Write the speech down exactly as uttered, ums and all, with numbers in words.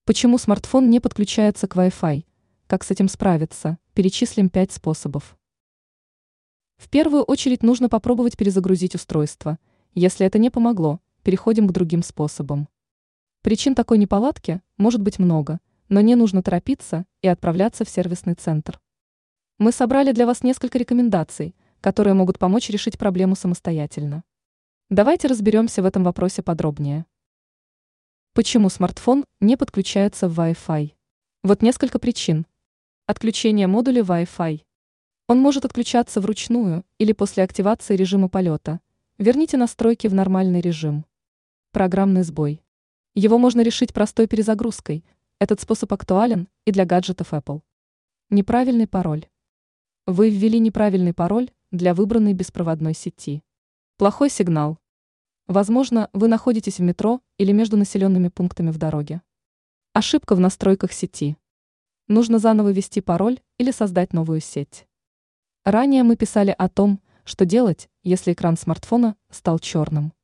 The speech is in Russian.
Почему смартфон не подключается к Wi-Fi? Как с этим справиться? Перечислим пять способов. В первую очередь нужно попробовать перезагрузить устройство. Если это не помогло, переходим к другим способам. Причин такой неполадки может быть много, но не нужно торопиться и отправляться в сервисный центр. Мы собрали для вас несколько рекомендаций, которые могут помочь решить проблему самостоятельно. Давайте разберемся в этом вопросе подробнее. Почему смартфон не подключается в Wi-Fi? Вот несколько причин. Отключение модуля Wi-Fi. Он может отключаться вручную или после активации режима полета. Верните настройки в нормальный режим. Программный сбой. Его можно решить простой перезагрузкой. Этот способ актуален и для гаджетов Apple. Неправильный пароль. Вы ввели неправильный пароль для выбранной беспроводной сети. Плохой сигнал. Возможно, вы находитесь в метро или между населенными пунктами в дороге. Ошибка в настройках сети. Нужно заново ввести пароль или создать новую сеть. Ранее мы писали о том, что делать, если экран смартфона стал черным.